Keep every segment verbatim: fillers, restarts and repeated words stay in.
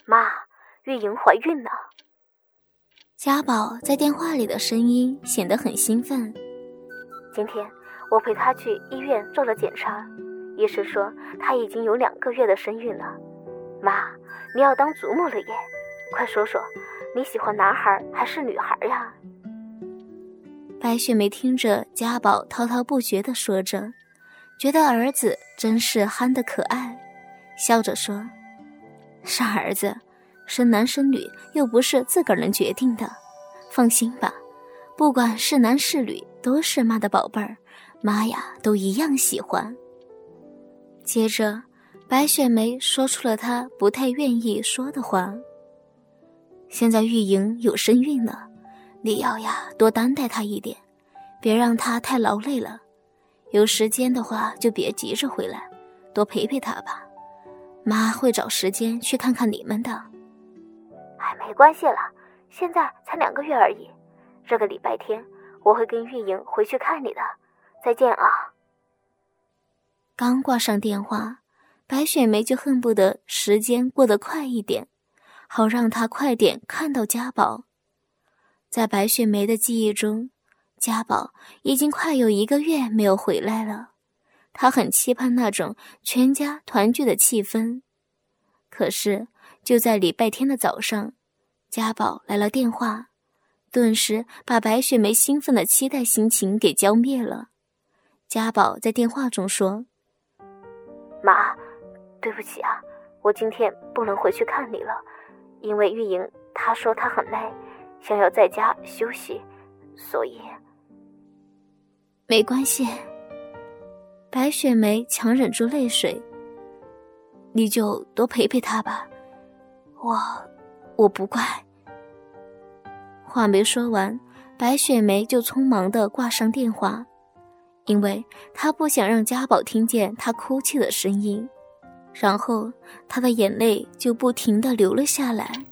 妈，玉莹怀孕了。 家宝在电话里的声音显得很兴奋。 今天我陪她去医院做了检查，医生说她已经有两个月的身孕了。妈，你要当祖母了耶，快说说你喜欢男孩还是女孩呀？ 白雪梅听着家宝滔滔不绝地说着，觉得儿子真是憨得可爱，笑着说，傻儿子，生男生女又不是自个儿能决定的，放心吧，不管是男是女都是妈的宝贝儿，妈呀都一样喜欢。接着白雪梅说出了她不太愿意说的话，现在玉莹有身孕了，你要呀多担待她一点，别让她太劳累了，有时间的话就别急着回来，多陪陪她吧，妈会找时间去看看你们的。 哎，没关系了，现在才两个月而已，这个礼拜天我会跟玉莹回去看你的，再见啊。 刚挂上电话，白雪梅就恨不得时间过得快一点，好让她快点看到家宝。在白雪梅的记忆中，家宝已经快有一个月没有回来了，她很期盼那种全家团聚的气氛。可是就在礼拜天的早上，家宝来了电话，顿时把白雪梅兴奋的期待心情给浇灭了。家宝在电话中说， 妈，对不起啊，我今天不能回去看你了，因为玉莹她说她很累，想要在家休息，所以…… 没关系。白雪梅强忍住泪水，你就多陪陪她吧，我我不怪。话没说完，白雪梅就匆忙地挂上电话，因为她不想让家宝听见她哭泣的声音，然后她的眼泪就不停地流了下来。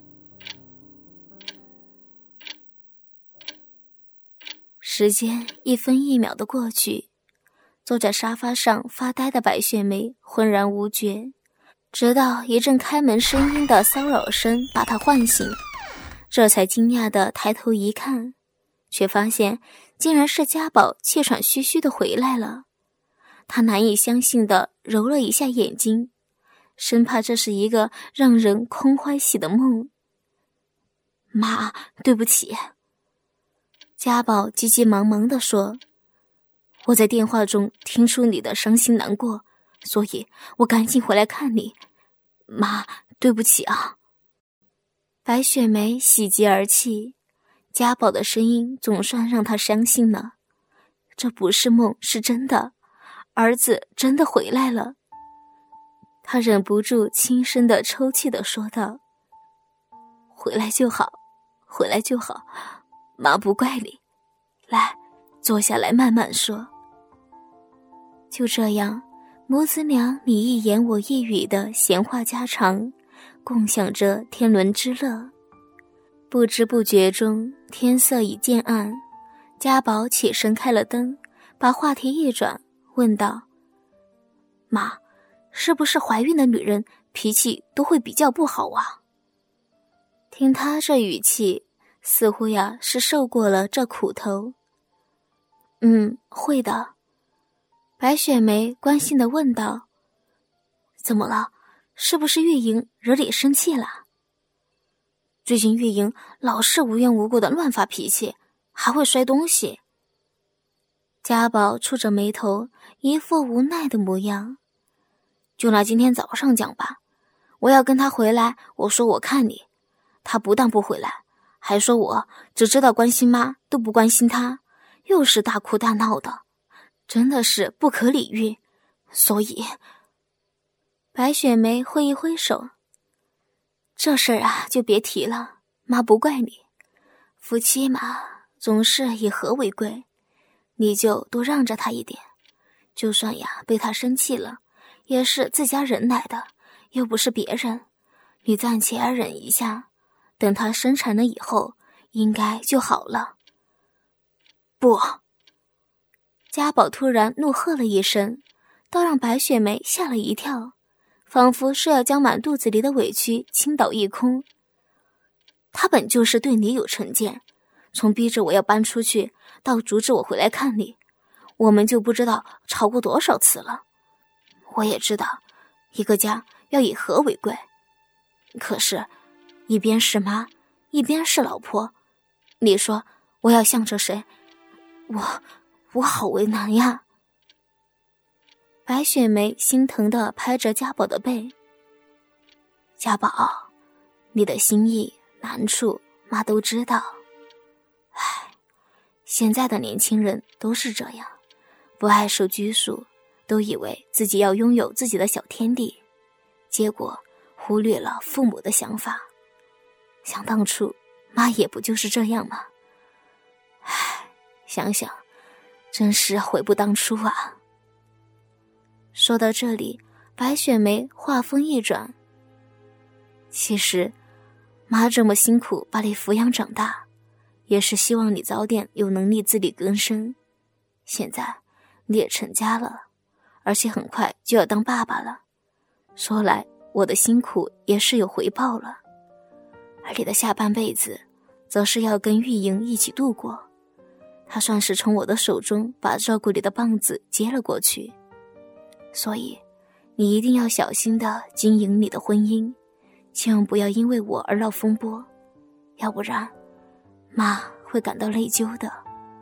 时间一分一秒的过去，坐在沙发上发呆的白雪梅浑然无觉，直到一阵开门声音的骚扰声把她唤醒，这才惊讶地抬头一看，却发现竟然是家宝气喘吁吁地回来了。她难以相信地揉了一下眼睛，生怕这是一个让人空欢喜的梦。妈，对不起。家宝急急忙忙地说，我在电话中听出你的伤心难过，所以我赶紧回来看你。妈，对不起啊。白雪梅喜极而泣，家宝的声音总算让她相信了，这不是梦，是真的，儿子真的回来了。她忍不住轻声地抽泣地说道，回来就好，回来就好，妈不怪你，来，坐下来慢慢说。就这样，母子俩你一言我一语的闲话家常，共享着天伦之乐。不知不觉中，天色已渐暗，家宝起身开了灯，把话题一转，问道，妈，是不是怀孕的女人脾气都会比较不好啊？听他这语气，似乎呀是受过了这苦头。嗯，会的。白雪梅关心地问道，怎么了？是不是玉莹惹你生气了？最近玉莹老是无缘无故的乱发脾气，还会摔东西。家宝蹙着眉头，一副无奈的模样。就拿今天早上讲吧，我要跟他回来，我说我看你，他不但不回来，还说我只知道关心妈，都不关心他，又是大哭大闹的，真的是不可理喻。所以白雪梅挥一挥手，这事儿啊就别提了，妈不怪你，夫妻嘛总是以和为贵，你就多让着他一点，就算呀被他生气了，也是自家人来的，又不是别人，你暂且忍一下，等他生产了以后应该就好了。不！家宝突然怒喝了一声，倒让白雪梅吓了一跳， 仿佛是要将满肚子里的委屈倾倒一空。他本就是对你有成见，从逼着我要搬出去到阻止我回来看你，我们就不知道吵过多少次了。我也知道一个家要以和为贵，可是一边是妈，一边是老婆，你说我要向着谁？我我好为难呀。白雪梅心疼地拍着家宝的背。家宝，你的心意难处妈都知道。唉，现在的年轻人都是这样，不爱受拘束，都以为自己要拥有自己的小天地，结果忽略了父母的想法。想当初妈也不就是这样吗？唉，想想真是悔不当初啊。说到这里，白雪梅话锋一转，其实妈这么辛苦把你抚养长大，也是希望你早点有能力自力更生。现在你也成家了，而且很快就要当爸爸了，说来我的辛苦也是有回报了。而你的下半辈子则是要跟玉莹一起度过，她算是从我的手中把照顾你的棒子接了过去，所以你一定要小心地经营你的婚姻，千万不要因为我而闹风波，要不然妈会感到内疚的。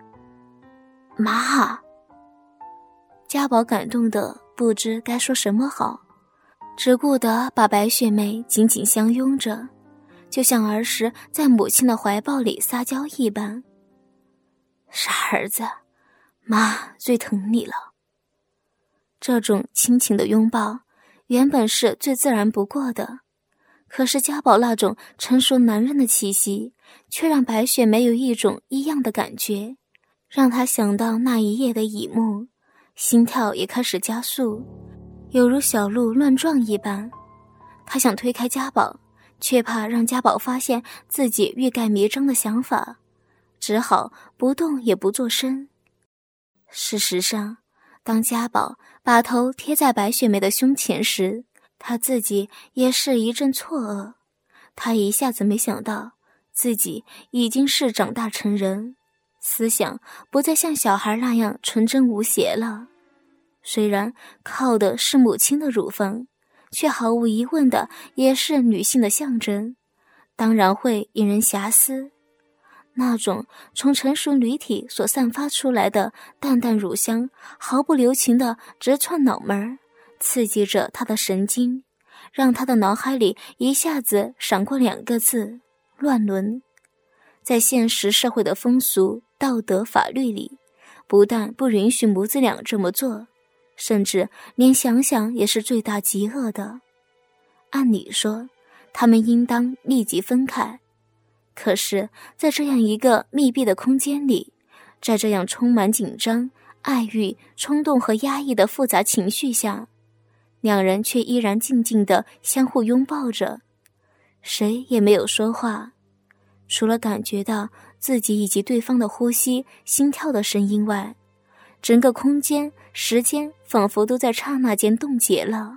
妈！家宝感动得不知该说什么好，只顾得把白雪梅紧紧相拥着，就像儿时在母亲的怀抱里撒娇一般。傻儿子，妈最疼你了。这种亲情的拥抱原本是最自然不过的，可是家宝那种成熟男人的气息却让白雪梅有一种异样的感觉，让她想到那一夜的一幕，心跳也开始加速，犹如小鹿乱撞一般。她想推开家宝，却怕让家宝发现自己欲盖弥彰的想法，只好不动也不作声。事实上，当家宝把头贴在白雪梅的胸前时，他自己也是一阵错愕。他一下子没想到自己已经是长大成人，思想不再像小孩那样纯真无邪了。虽然靠的是母亲的乳房，却毫无疑问的也是女性的象征，当然会引人遐思。那种从成熟女体所散发出来的淡淡乳香，毫不留情地直窜脑门，刺激着他的神经，让他的脑海里一下子闪过两个字：乱伦。在现实社会的风俗、道德、法律里，不但不允许母子俩这么做，甚至连想想也是罪大极恶的。按理说，他们应当立即分开。可是在这样一个密闭的空间里，在这样充满紧张、爱欲、冲动和压抑的复杂情绪下，两人却依然静静地相互拥抱着，谁也没有说话，除了感觉到自己以及对方的呼吸、心跳的声音外，整个空间、时间仿佛都在刹那间冻结了。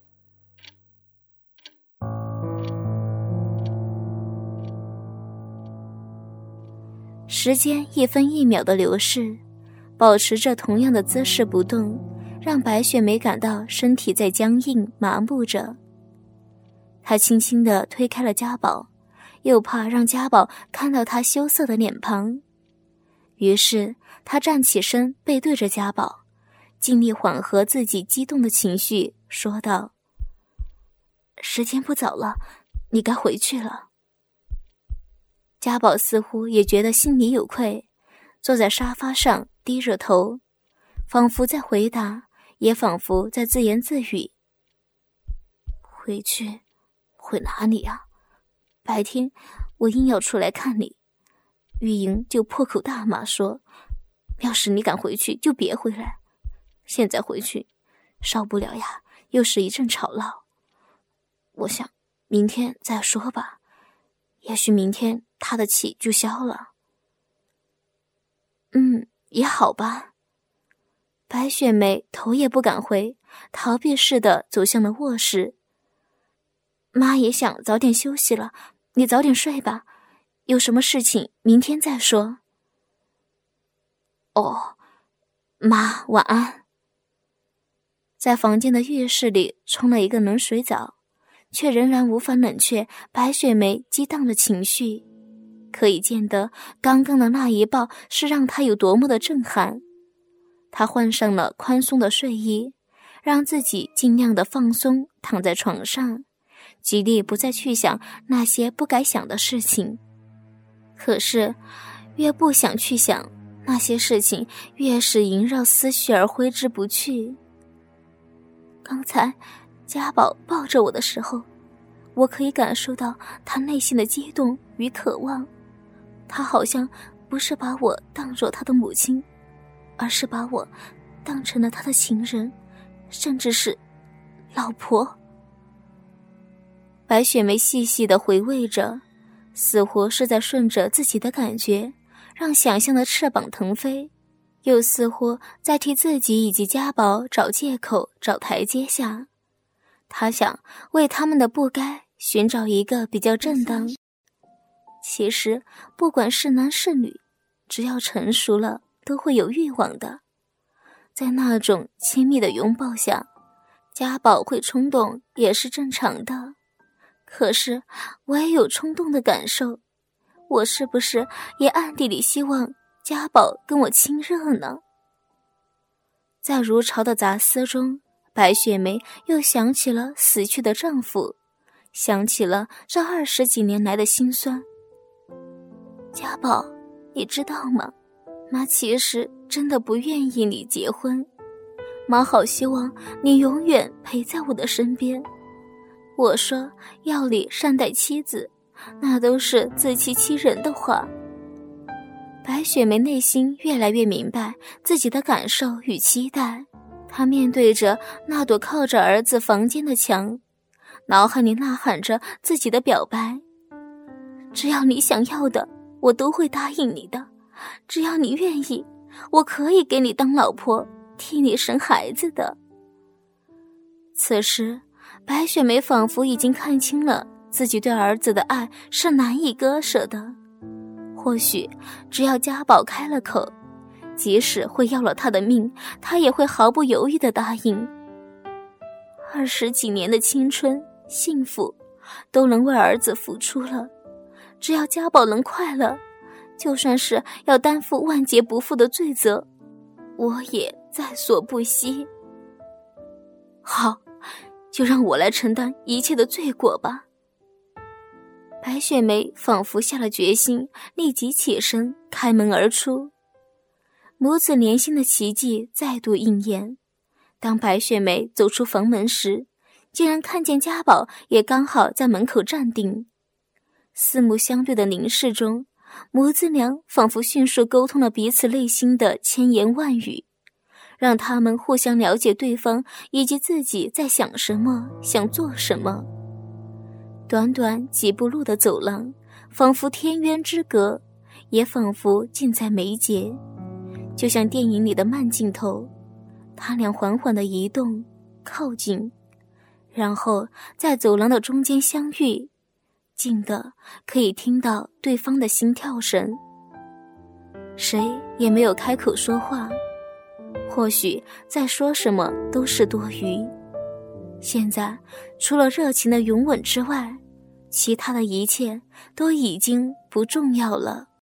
时间一分一秒的流逝，保持着同样的姿势不动，让白雪梅感到身体在僵硬麻木着。她轻轻地推开了家宝，又怕让家宝看到她羞涩的脸庞，于是她站起身，背对着家宝，尽力缓和自己激动的情绪，说道：时间不早了，你该回去了。家宝似乎也觉得心里有愧，坐在沙发上低着头，仿佛在回答，也仿佛在自言自语。回去？回哪里啊？白天我硬要出来看你，玉莹就破口大骂说，要是你敢回去就别回来，现在回去少不了呀，又是一阵吵闹。我想明天再说吧，也许明天他的气就消了。嗯，也好吧。白雪梅头也不敢回，逃避似的走向了卧室， 妈也想早点休息了，你早点睡吧，有什么事情明天再说。哦，妈，晚安。在房间的浴室里冲了一个冷水澡，却仍然无法冷却白雪梅激荡的情绪。可以见得刚刚的那一抱是让她有多么的震撼。她换上了宽松的睡衣，让自己尽量的放松，躺在床上，极力不再去想那些不该想的事情。可是越不想去想那些事情，越是萦绕思绪而挥之不去。刚才家宝抱着我的时候，我可以感受到他内心的激动与渴望。他好像不是把我当作他的母亲，而是把我当成了他的情人，甚至是老婆。白雪梅细细地回味着，似乎是在顺着自己的感觉，让想象的翅膀腾飞，又似乎在替自己以及家宝找借口，找台阶下。他想为他们的不该寻找一个比较正当。其实不管是男是女，只要成熟了都会有欲望的。在那种亲密的拥抱下，家宝会冲动也是正常的。可是我也有冲动的感受，我是不是也暗地里希望家宝跟我亲热呢？在如潮的杂思中，白雪梅又想起了死去的丈夫，想起了这二十几年来的辛酸。家宝，你知道吗？妈其实真的不愿意你结婚，妈好希望你永远陪在我的身边。我说药里善待妻子，那都是自欺欺人的话。白雪梅内心越来越明白自己的感受与期待，她面对着那朵靠着儿子房间的墙，脑海里呐喊着自己的表白。只要你想要的，我都会答应你的，只要你愿意，我可以给你当老婆，替你生孩子的。此时白雪梅仿佛已经看清了自己对儿子的爱是难以割舍的。或许只要家宝开了口，即使会要了他的命，他也会毫不犹豫地答应。二十几年的青春幸福都能为儿子付出了，只要家宝能快乐，就算是要担负万劫不复的罪责，我也在所不惜。好，就让我来承担一切的罪过吧。白雪梅仿佛下了决心，立即起身开门而出。母子连心的奇迹再度应验。当白雪梅走出房门时，竟然看见家宝也刚好在门口站定。四目相对的凝视中，母子俩仿佛迅速沟通了彼此内心的千言万语，让他们互相了解对方以及自己在想什么，想做什么。短短几步路的走廊，仿佛天渊之隔，也仿佛近在眉睫，就像电影里的慢镜头。他俩缓缓地移动，靠近，然后在走廊的中间相遇，近的可以听到对方的心跳声。谁也没有开口说话，或许再说什么都是多余。现在除了热情的拥吻之外，其他的一切都已经不重要了。